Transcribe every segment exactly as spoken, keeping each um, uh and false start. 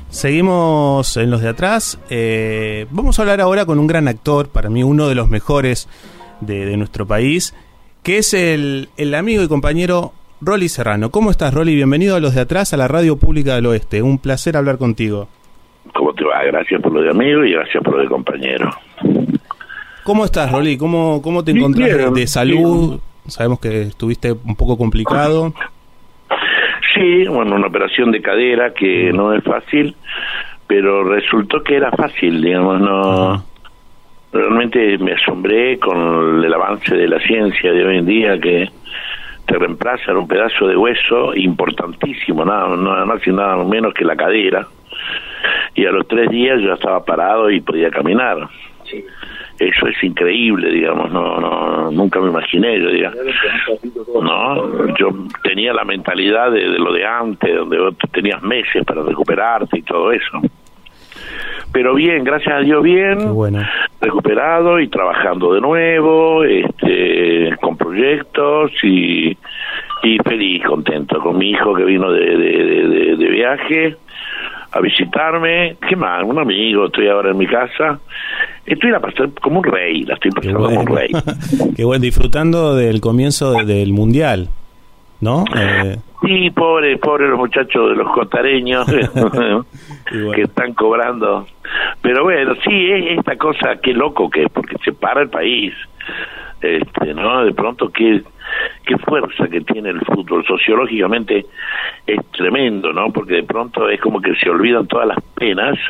Seguimos en los de atrás. Eh, vamos a hablar ahora con un gran actor, para mí uno de los mejores de, de nuestro país, que es el, el amigo y compañero Rolly Serrano. ¿Cómo estás, Rolly? Bienvenido a los de atrás, a la Radio Pública del Oeste. Un placer hablar contigo. ¿Cómo te va? Gracias por lo de amigo y gracias por lo de compañero. ¿Cómo estás, Rolly? ¿Cómo, cómo te encontrás de, de salud? Bien. Sabemos que estuviste un poco complicado. Sí, bueno, una operación de cadera que no es fácil, pero resultó que era fácil, digamos, no... Uh-huh. Realmente me asombré con el avance de la ciencia de hoy en día, que te reemplazan un pedazo de hueso importantísimo, nada, nada más y nada menos que la cadera, y a los tres días yo estaba parado y podía caminar. Sí. Eso es increíble, digamos, no, no, nunca me imaginé, yo diga, no, yo tenía la mentalidad de, de lo de antes, donde vos tenías meses para recuperarte y todo eso. Pero bien, gracias a Dios bien, bueno. Recuperado y trabajando de nuevo, este, con proyectos y, y feliz, contento, con mi hijo que vino de, de, de, de viaje a visitarme. ¿Qué más? Un amigo, estoy ahora en mi casa. Estoy la pasando como un rey, la estoy pasando bueno. como un rey. Qué bueno, disfrutando del comienzo de, del Mundial, ¿no? Eh... Sí, pobre, pobre los muchachos de los cotareños bueno. que están cobrando. Pero bueno, sí, es esta cosa, qué loco que es, porque se para el país. Este, ¿no? De pronto, qué, qué fuerza que tiene el fútbol. Sociológicamente es tremendo, ¿no? Porque de pronto es como que se olvidan todas las penas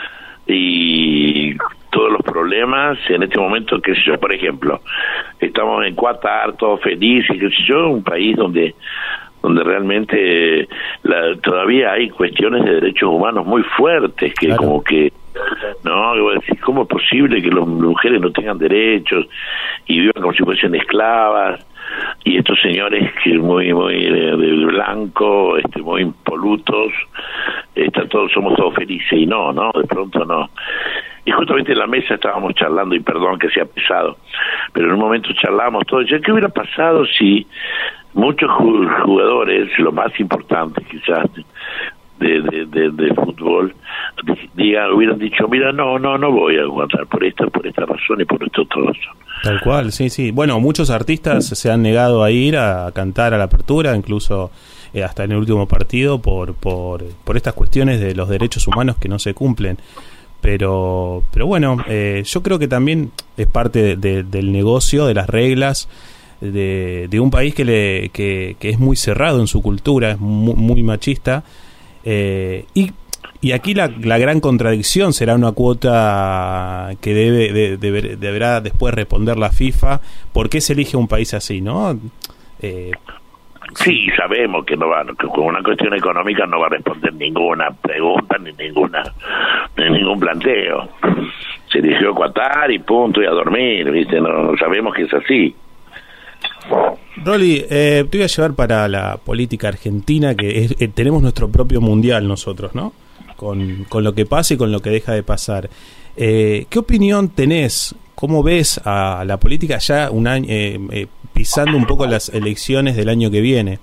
y todos los problemas en este momento, qué sé yo, por ejemplo, estamos en Qatar, todos felices, qué sé yo, un país donde donde realmente la, todavía hay cuestiones de derechos humanos muy fuertes, que claro. como que, no, ¿cómo es posible que las mujeres no tengan derechos y vivan como si fuesen esclavas? Y estos señores que muy muy de, de blanco, este, muy impolutos, está todos, somos todos felices, y no, no, de pronto no. Y justamente en la mesa estábamos charlando, y perdón que sea pesado, pero en un momento charlábamos todos, ¿qué hubiera pasado si muchos jugadores, lo más importante quizás de, de, de, de fútbol, digan, hubieran dicho, mira, no, no, no voy a aguantar por esta, por esta razón y por esto todo eso? Tal cual, sí, sí. Bueno, muchos artistas se han negado a ir a cantar a la apertura, incluso eh, hasta en el último partido, por, por, por estas cuestiones de los derechos humanos que no se cumplen. Pero, pero bueno, eh, yo creo que también es parte de, de, del negocio, de las reglas, de, de un país que, le, que, que es muy cerrado en su cultura, es muy, muy machista, eh, y, y aquí la, la gran contradicción será una cuota que debe de, de, deberá después responder la FIFA. ¿Por qué se elige un país así, no? Eh, sí, sabemos que no va, que con una cuestión económica no va a responder ninguna pregunta ni ninguna ni ningún planteo. Se eligió Qatar y punto, y a dormir, ¿viste? No, sabemos que es así. Rolly, eh, te voy a llevar para la política argentina, que es, eh, tenemos nuestro propio mundial nosotros, ¿no? Con, con lo que pasa y con lo que deja de pasar. Eh, ¿Qué opinión tenés? ¿Cómo ves a la política ya un año, eh, eh, pisando un poco las elecciones del año que viene?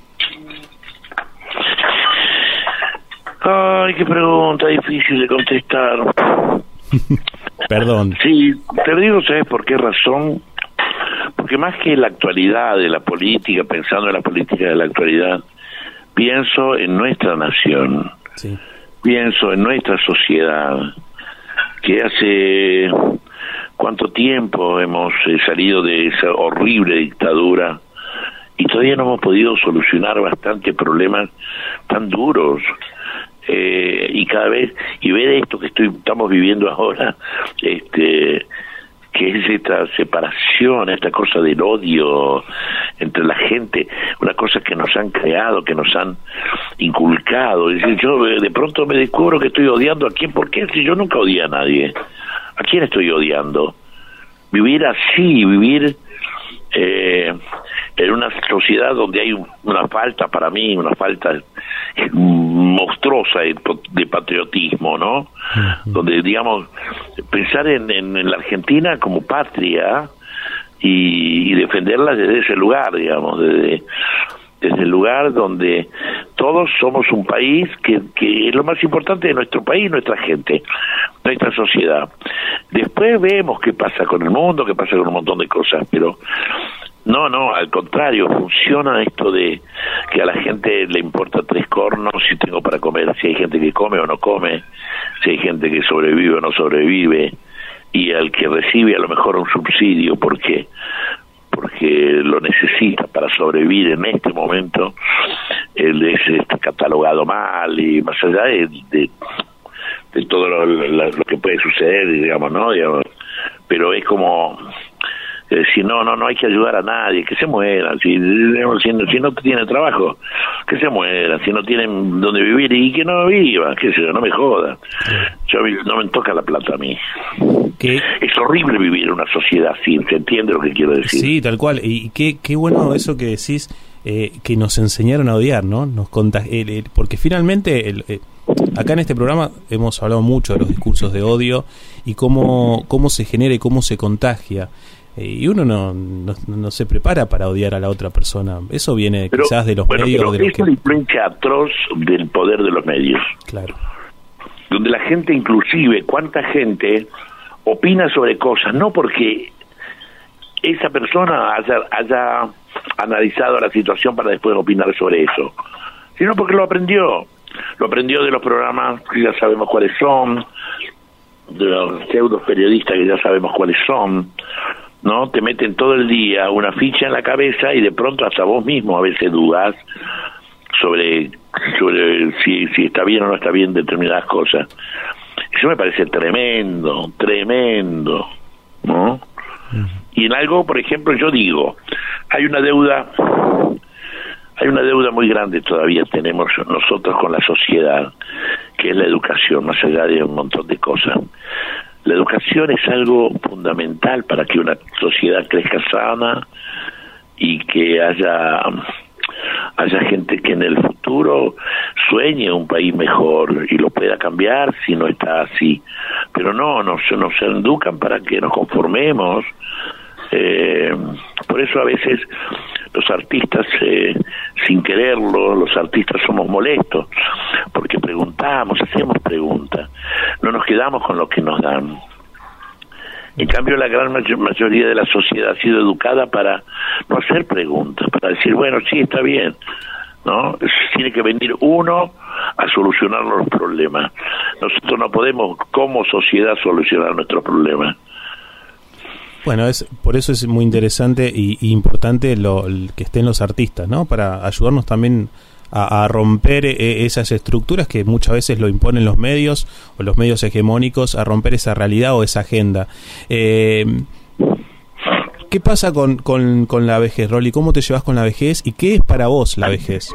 Ay, qué pregunta difícil de contestar. Perdón. Sí, te digo, ¿sabes por qué razón? Porque más que la actualidad de la política, pensando en la política de la actualidad, pienso en nuestra nación, sí. Pienso en nuestra sociedad, que hace cuánto tiempo hemos eh, salido de esa horrible dictadura y todavía no hemos podido solucionar bastantes problemas tan duros. Eh, y cada vez, y ver esto que estoy estamos viviendo ahora, este que es esta separación, esta cosa del odio entre la gente, una cosa que nos han creado, que nos han inculcado. Es decir, yo de pronto me descubro que estoy odiando a quién, ¿por qué? Si yo nunca odié a nadie. ¿A quién estoy odiando? Vivir así, vivir eh, en una sociedad donde hay una falta, para mí, una falta monstruosa de, de patriotismo, ¿no? Uh-huh. Donde, digamos, pensar en, en, en la Argentina como patria y, y defenderla desde ese lugar, digamos, desde, desde el lugar donde todos somos un país que, que es lo más importante de nuestro país, nuestra gente, nuestra sociedad. Después vemos qué pasa con el mundo, qué pasa con un montón de cosas, pero no, no, al contrario, funciona esto de que a la gente le importa tres cornos si tengo para comer, si hay gente que come o no come, si hay gente que sobrevive o no sobrevive, y al que recibe a lo mejor un subsidio porque porque lo necesita para sobrevivir en este momento, él es este, catalogado mal, y más allá de, de, de todo lo, lo, lo que puede suceder, digamos, ¿no? Digamos, pero es como decir, no, no, no hay que ayudar a nadie, que se mueran, si, si, si no tienen trabajo, que se mueran, si no tienen donde vivir, y que no vivan, que sé yo, no me jodan. Yo, no me toca la plata a mí. ¿Qué? Es horrible vivir en una sociedad así, ¿se entiende lo que quiero decir? Sí, tal cual, y qué, qué bueno eso que decís, eh, que nos enseñaron a odiar, ¿no? Nos contag- el, el, porque finalmente, el, eh, acá en este programa hemos hablado mucho de los discursos de odio y cómo, cómo se genera y cómo se contagia. Y uno no, no, no se prepara para odiar a la otra persona. Eso viene pero, quizás de los bueno, medios. Pero de es que... la influencia atroz del poder de los medios. Claro. Donde la gente, inclusive, cuánta gente opina sobre cosas, no porque esa persona haya, haya analizado la situación para después opinar sobre eso, sino porque lo aprendió. Lo aprendió de los programas que ya sabemos cuáles son, de los pseudos periodistas que ya sabemos cuáles son, ¿no? Te meten todo el día una ficha en la cabeza y de pronto hasta vos mismo a veces dudas sobre sobre si, si está bien o no está bien determinadas cosas. Eso me parece tremendo, tremendo, ¿no? Uh-huh. Y en algo, por ejemplo, yo digo, hay una deuda, hay una deuda muy grande todavía tenemos nosotros con la sociedad, que es la educación, más allá de un montón de cosas. La educación es algo fundamental para que una sociedad crezca sana y que haya haya gente que en el futuro sueñe un país mejor y lo pueda cambiar si no está así. Pero no, nos, nos educan para que nos conformemos. Eh, por eso a veces los artistas, eh, sin quererlo, los artistas somos molestos, porque preguntamos, hacemos preguntas, no nos quedamos con lo que nos dan. En cambio, la gran mayoría de la sociedad ha sido educada para no hacer preguntas, para decir, bueno, sí, está bien, ¿no? Tiene que venir uno a solucionar los problemas. Nosotros no podemos, como sociedad, solucionar nuestros problemas. Bueno, es por eso es muy interesante y, y importante lo, el que estén los artistas, ¿no? Para ayudarnos también a, a romper eh, esas estructuras que muchas veces lo imponen los medios o los medios hegemónicos, a romper esa realidad o esa agenda. Eh, ¿Qué pasa con, con, con la vejez, Rolly? ¿Cómo te llevas con la vejez? ¿Y qué es para vos la vejez?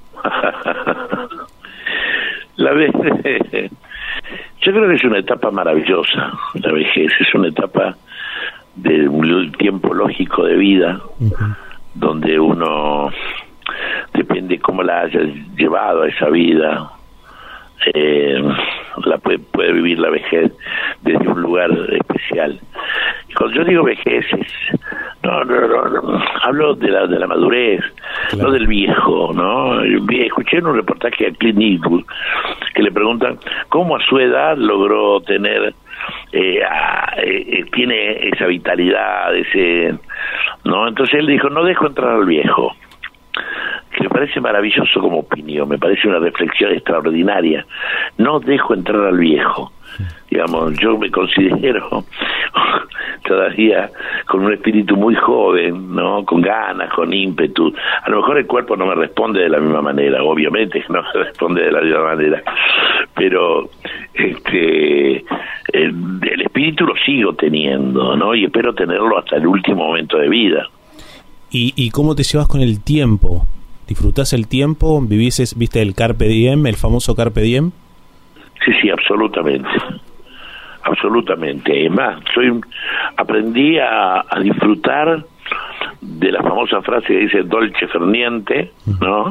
La vejez, yo creo que es una etapa maravillosa. La vejez es una etapa de un tiempo lógico de vida, uh-huh, donde uno, depende cómo la haya llevado a esa vida, eh, la puede, puede vivir la vejez desde un lugar especial. Y cuando yo digo vejez, es, no, no, no, no, hablo de la de la madurez, claro, no del viejo, ¿no? Escuché en un reportaje a Clint Eastwood que le preguntan cómo a su edad logró tener Eh, eh, tiene esa vitalidad, ese, ¿no? Entonces él dijo, no dejo entrar al viejo, que me parece maravilloso como opinión, me parece una reflexión extraordinaria. No dejo entrar al viejo. Digamos, yo me considero todavía con un espíritu muy joven, ¿no? Con ganas, con ímpetu. A lo mejor el cuerpo no me responde de la misma manera, obviamente que no me responde de la misma manera, pero este el, el espíritu lo sigo teniendo, ¿no? Y espero tenerlo hasta el último momento de vida. ¿Y, y cómo te llevas con el tiempo? ¿Disfrutás el tiempo? ¿Vivís, viste el Carpe Diem, el famoso Carpe Diem? Sí, sí, absolutamente. Absolutamente. Es más, soy un, aprendí a, a disfrutar de la famosa frase que dice dolce far niente, ¿no?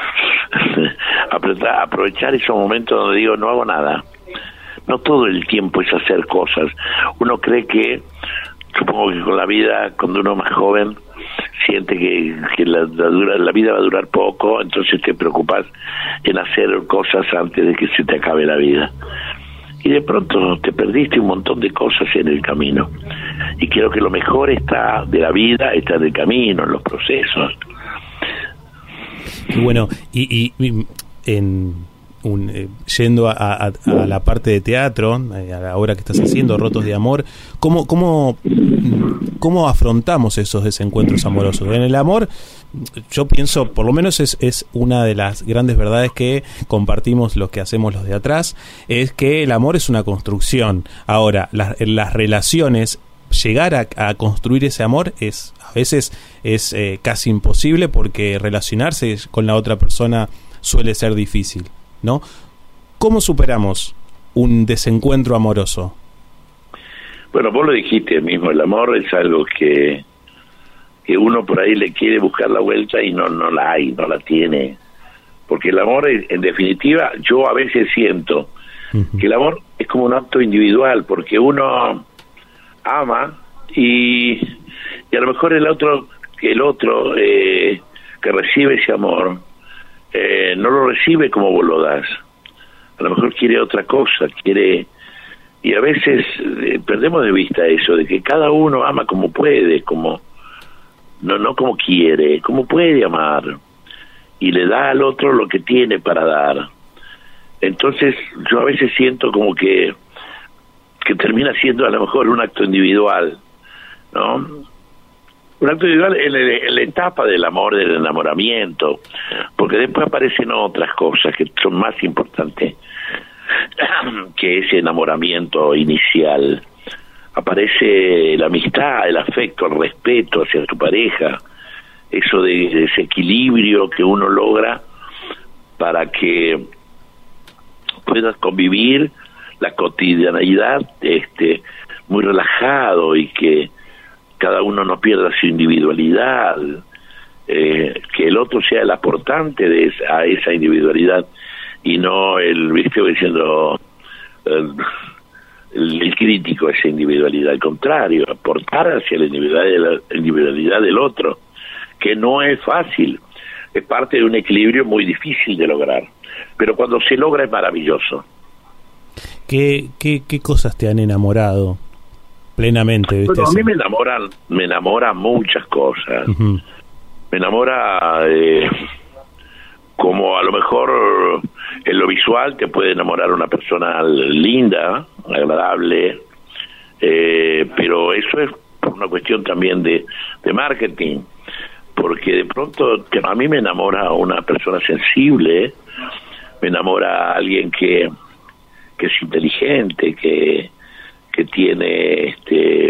Aprovechar esos momentos donde digo, no hago nada. No todo el tiempo es hacer cosas. Uno cree que, supongo que con la vida, cuando uno es más joven, siente que, que la, la, dura, la vida va a durar poco, entonces te preocupas en hacer cosas antes de que se te acabe la vida. Y de pronto te perdiste un montón de cosas en el camino. Y creo que lo mejor está de la vida, está en el camino, en los procesos. Bueno, y, y en un, eh, yendo a, a, a la parte de teatro, eh, a la obra que estás haciendo, Rotos de Amor, ¿cómo, cómo, cómo afrontamos esos desencuentros amorosos? En el amor, yo pienso, por lo menos es, es una de las grandes verdades que compartimos los que hacemos los de atrás, es que el amor es una construcción. Ahora, las, las relaciones, llegar a, a construir ese amor es a veces es eh, casi imposible, porque relacionarse con la otra persona suele ser difícil, ¿no? ¿Cómo superamos un desencuentro amoroso? Bueno, vos lo dijiste mismo, el amor es algo que que uno por ahí le quiere buscar la vuelta y no no la hay, no la tiene. Porque el amor, en definitiva, yo a veces siento uh-huh. que el amor es como un acto individual, porque uno ama y, y a lo mejor el otro, el otro eh, que recibe ese amor eh, no lo recibe como vos lo das. A lo mejor quiere otra cosa, quiere... Y a veces eh, perdemos de vista eso, de que cada uno ama como puede, como... No, no como quiere, como puede amar, y le da al otro lo que tiene para dar. Entonces yo a veces siento como que que termina siendo a lo mejor un acto individual, ¿no? Un acto individual en, el, en la etapa del amor, del enamoramiento, porque después aparecen otras cosas que son más importantes que ese enamoramiento inicial. Aparece la amistad, el afecto, el respeto hacia tu pareja, eso de, de ese equilibrio que uno logra para que puedas convivir la cotidianeidad este, muy relajado, y que cada uno no pierda su individualidad, eh, que el otro sea el aportante de esa, a esa individualidad y no el, viste, diciendo... El, El, el crítico a esa individualidad, al contrario, aportar hacia la individualidad, la individualidad del otro, que no es fácil, es parte de un equilibrio muy difícil de lograr, pero cuando se logra es maravilloso. ¿Qué, qué, qué cosas te han enamorado plenamente? ¿Viste? Bueno, a mí me enamoran, me enamoran muchas cosas. Uh-huh. Me enamora eh, como a lo mejor en lo visual te puede enamorar una persona linda, agradable, eh, pero eso es por una cuestión también de, de marketing, porque de pronto a mí me enamora una persona sensible, me enamora alguien que que es inteligente, que que tiene este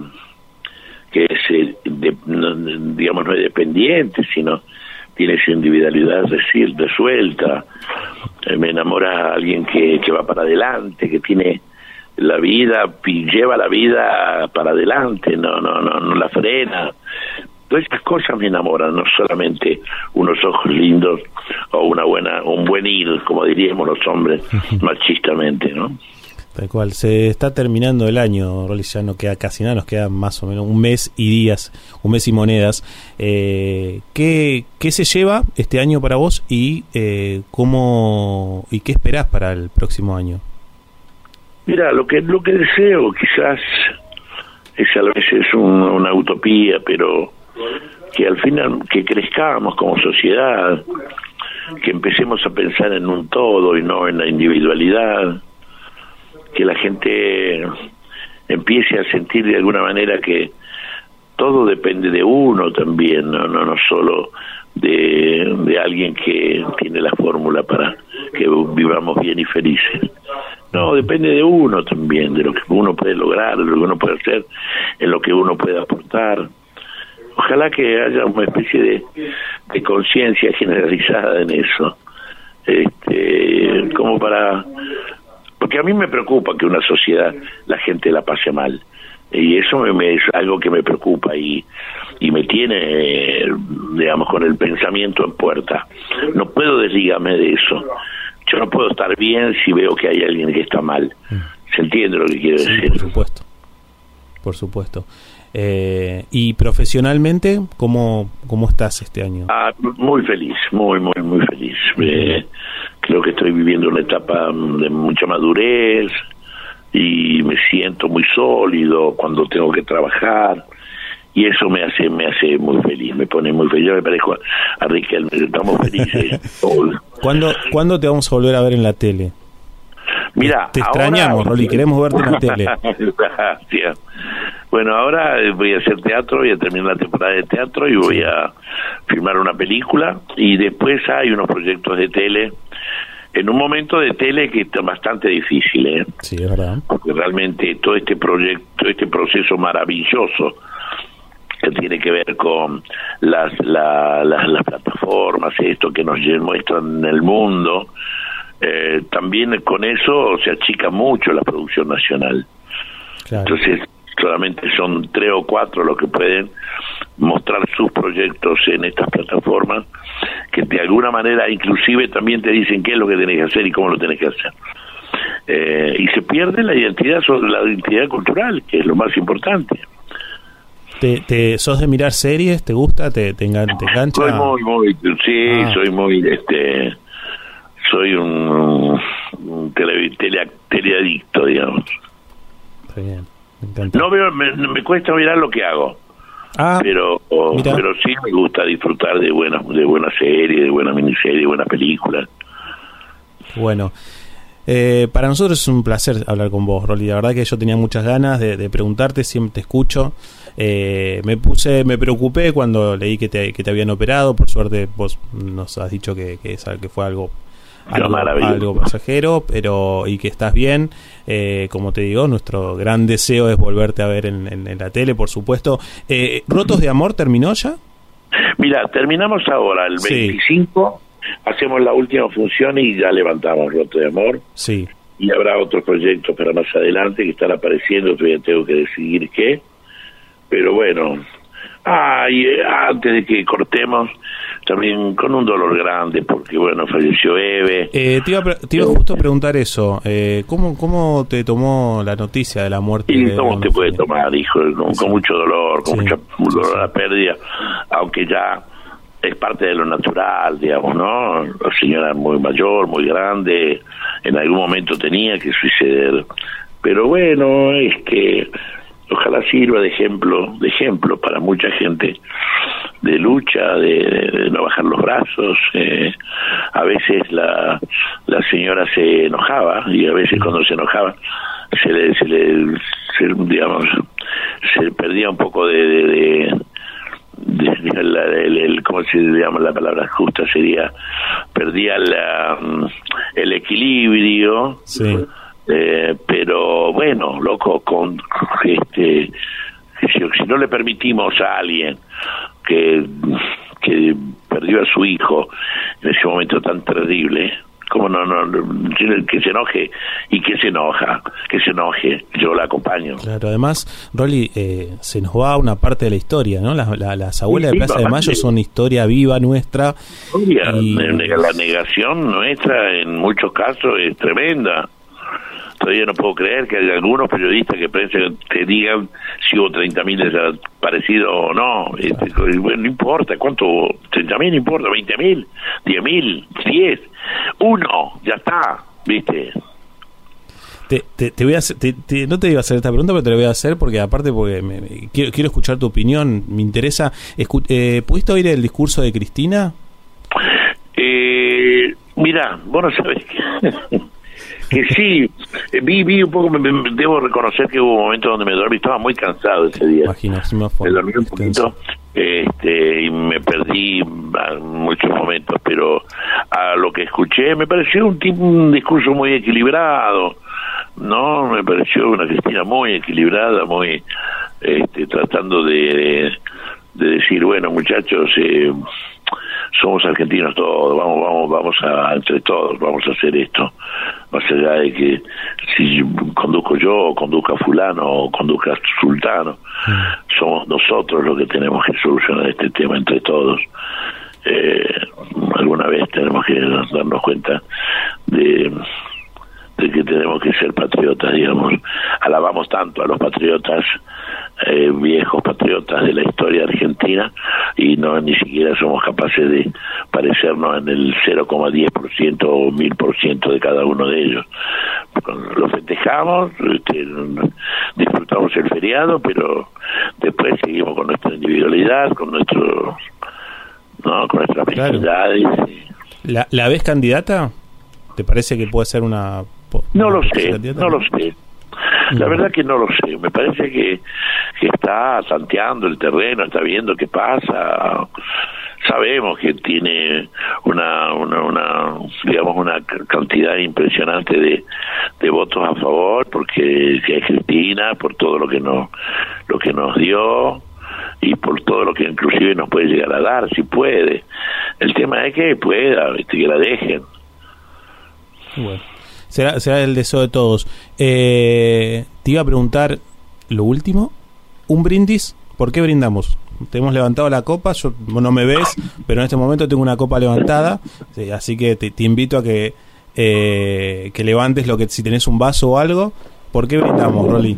que es de, no, digamos no es dependiente, sino tiene su individualidad resuelta. Eh, me enamora alguien que, que va para adelante, que tiene la vida, lleva la vida para adelante, no no no no la frena. Todas estas cosas me enamoran, no solamente unos ojos lindos o una buena un buen ir, como diríamos los hombres machistamente, ¿no? Tal cual. Se está terminando el año, Rolly, ya no queda casi nada, nos queda más o menos un mes y días, un mes y monedas. Eh, ¿qué, ¿Qué se lleva este año para vos y eh, cómo y qué esperás para el próximo año? Mira, lo que lo que deseo quizás es a veces un, una utopía, pero que al final que crezcamos como sociedad, que empecemos a pensar en un todo y no en la individualidad, que la gente empiece a sentir de alguna manera que todo depende de uno también, no no no solo de, de alguien que tiene la fórmula para que vivamos bien y felices. No, depende de uno también, de lo que uno puede lograr, de lo que uno puede hacer, en lo que uno puede aportar. Ojalá que haya una especie de, de conciencia generalizada en eso, este, como para... Porque a mí me preocupa que una sociedad la gente la pase mal, y eso me, me es algo que me preocupa y, y me tiene, eh, digamos, con el pensamiento en puerta. No puedo desligarme de eso. Yo no puedo estar bien si veo que hay alguien que está mal. ¿Se entiende lo que quiero sí, decir? Por supuesto, por supuesto. Eh, y profesionalmente, ¿cómo, cómo estás este año? Ah, muy feliz, muy, muy, muy feliz. Eh, creo que estoy viviendo una etapa de mucha madurez y me siento muy sólido cuando tengo que trabajar. Y eso me hace me hace muy feliz, me pone muy feliz. Yo me parezco a Riquelme, estamos felices. ¿Cuándo, ¿Cuándo te vamos a volver a ver en la tele? Mira, te extrañamos, ahora... Rolly, queremos verte en la tele. Gracias. Bueno, ahora voy a hacer teatro, voy a terminar la temporada de teatro y voy a filmar una película. Y después hay unos proyectos de tele, en un momento de tele que está bastante difícil, ¿eh? Sí, es verdad. Porque realmente todo este proyecto, este proceso maravilloso que tiene que ver con las, la, las, las plataformas, esto que nos muestran en el mundo, eh, también con eso se achica mucho la producción nacional. Claro. Entonces, solamente son tres o cuatro los que pueden mostrar sus proyectos en estas plataformas, que de alguna manera inclusive también te dicen qué es lo que tenés que hacer y cómo lo tenés que hacer. Eh, y se pierde la identidad, la identidad cultural, que es lo más importante. ¿Te, te sos de mirar series? ¿Te gusta? ¿Te, te, engan, te engancha? Soy muy, muy, sí, ah. soy muy, este, soy un, un tele, tele, teleadicto, digamos. Está bien, me encanta. No veo, me, me cuesta mirar lo que hago, ah, pero, o, pero sí me gusta disfrutar de buenas, de buenas series, de buenas miniseries, de buenas películas. Bueno. Eh, para nosotros es un placer hablar con vos, Rolly. La verdad que yo tenía muchas ganas de, de preguntarte, siempre te escucho. Eh, me puse, me preocupé cuando leí que te, que te habían operado. Por suerte vos nos has dicho que, que, es, que fue algo, algo, algo pasajero, pero y que estás bien. Eh, como te digo, nuestro gran deseo es volverte a ver en, en, en la tele, por supuesto. Eh, ¿Rotos de Amor terminó ya? Mira, terminamos ahora el veinticinco. Sí. Hacemos la última función y ya levantamos Roto de Amor. Sí. Y habrá otros proyectos para más adelante que están apareciendo, todavía tengo que decidir qué. Pero bueno, ah, y antes de que cortemos, también con un dolor grande, porque bueno, falleció Eve. Eh, te iba, te iba justo a preguntar eso. Eh, ¿cómo, ¿Cómo te tomó la noticia de la muerte? ¿Y de cómo te puede tomar, hijo? Con, sí. con mucho dolor, con sí. mucho dolor sí, a la pérdida, aunque ya es parte de lo natural, digamos, ¿no? La señora muy mayor, muy grande, en algún momento tenía que suceder. Pero bueno, es que ojalá sirva de ejemplo, de ejemplo para mucha gente, de lucha, de, de, de no bajar los brazos. Eh, a veces la, la señora se enojaba, y a veces cuando se enojaba se le, se le se, digamos, se perdía un poco de... de, de De, de, la, el, el, ¿cómo se llama la palabra justa? Sería, perdía la, el equilibrio, sí. eh, pero bueno, loco, con este, si, si no le permitimos a alguien que, que perdió a su hijo en ese momento tan terrible, como no, no, que se enoje y que se enoja, que se enoje, yo la acompaño. Claro, además, Rolly, eh, se nos va una parte de la historia, ¿no? Las, la, las abuelas sí, de Plaza de Mayo son historia viva nuestra. Historia, y... La negación nuestra en muchos casos es tremenda. Todavía no puedo creer que haya algunos periodistas que te digan si hubo treinta mil desaparecidos o no. Claro. Este, bueno, no importa, ¿cuánto? treinta mil no importa, veinte mil, diez mil, diez, uno, ya está, ¿viste? Te, te, te voy a hacer, te, te, no te iba a hacer esta pregunta, pero te la voy a hacer porque aparte porque me, me, quiero, quiero escuchar tu opinión, me interesa. Escu eh, ¿Pudiste oír el discurso de Cristina? Eh, mira, vos no sabés que... que sí, vi, vi un poco, me, me, debo reconocer que hubo momentos donde me dormí, estaba muy cansado ese día. Imagino, sí me, me dormí un poquito este, y me perdí muchos momentos, pero a lo que escuché me pareció un tipo, un discurso muy equilibrado, ¿no? Me pareció una Cristina muy equilibrada, muy este, tratando de, de decir, bueno, muchachos, eh, somos argentinos todos, vamos, vamos, vamos a, entre todos, vamos a hacer esto, más allá de que si conduzco yo, o conduzca fulano, o conduzca sultano, mm. somos nosotros los que tenemos que solucionar este tema entre todos. Eh, alguna vez tenemos que darnos cuenta de, de que tenemos que ser patriotas, digamos. Alabamos tanto a los patriotas, eh, viejos patriotas de la historia argentina, y no ni siquiera somos capaces de parecernos en el cero coma diez por ciento o mil por ciento de cada uno de ellos. Lo festejamos, este, disfrutamos el feriado, pero después seguimos con nuestra individualidad, con nuestro, no, con nuestras necesidades. Claro. ¿La, ¿La ves candidata? ¿Te parece que puede ser una... No lo sé, no lo sé. La verdad que no lo sé. Me parece que, que está tanteando el terreno, está viendo qué pasa. Sabemos que tiene una, una, una digamos, una cantidad impresionante de, de votos a favor, porque que es Cristina, por todo lo que nos, lo que nos dio y por todo lo que inclusive nos puede llegar a dar, si puede. El tema es que pueda, ¿viste? Que la dejen. Bueno, será, será el deseo de todos. Eh, te iba a preguntar lo último, un brindis. ¿Por qué brindamos? Te hemos levantado la copa, yo no me ves, pero en este momento tengo una copa levantada, sí, así que te, te invito a que eh, que levantes lo que, si tenés un vaso o algo. ¿Por qué brindamos, Rolly?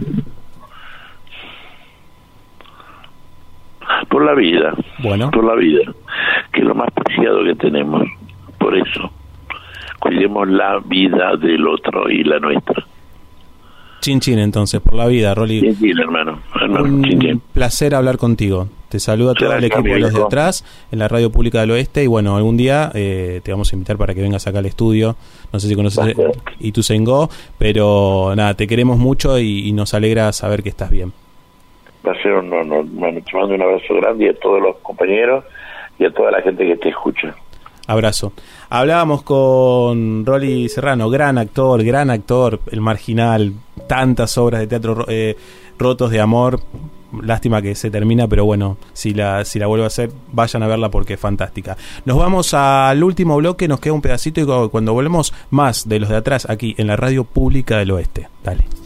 Por la vida. Bueno. Por la vida, que es lo más preciado que tenemos. Por eso cuidemos la vida del otro y la nuestra. Chin chin, entonces, por la vida, Rolly. Chin chin, hermano. hermano Un chin, chin. placer hablar contigo. Te saluda todo Gracias, el equipo de Los de amigo. Atrás en la Radio Pública del Oeste. Y bueno, algún día eh, te vamos a invitar para que vengas acá al estudio. No sé si conoces Gracias. Ituzaingó, pero nada, te queremos mucho y, y nos alegra saber que estás bien. Va a ser un honor. Bueno, te mando un abrazo grande y a todos los compañeros y a toda la gente que te escucha. Abrazo. Hablábamos con Rolly Serrano, gran actor, gran actor, El Marginal, tantas obras de teatro, eh, Rotos de Amor. Lástima que se termina, pero bueno, si la si la vuelve a hacer, vayan a verla porque es fantástica. Nos vamos al último bloque, nos queda un pedacito y cuando volvemos más de Los de Atrás aquí en la Radio Pública del Oeste. Dale.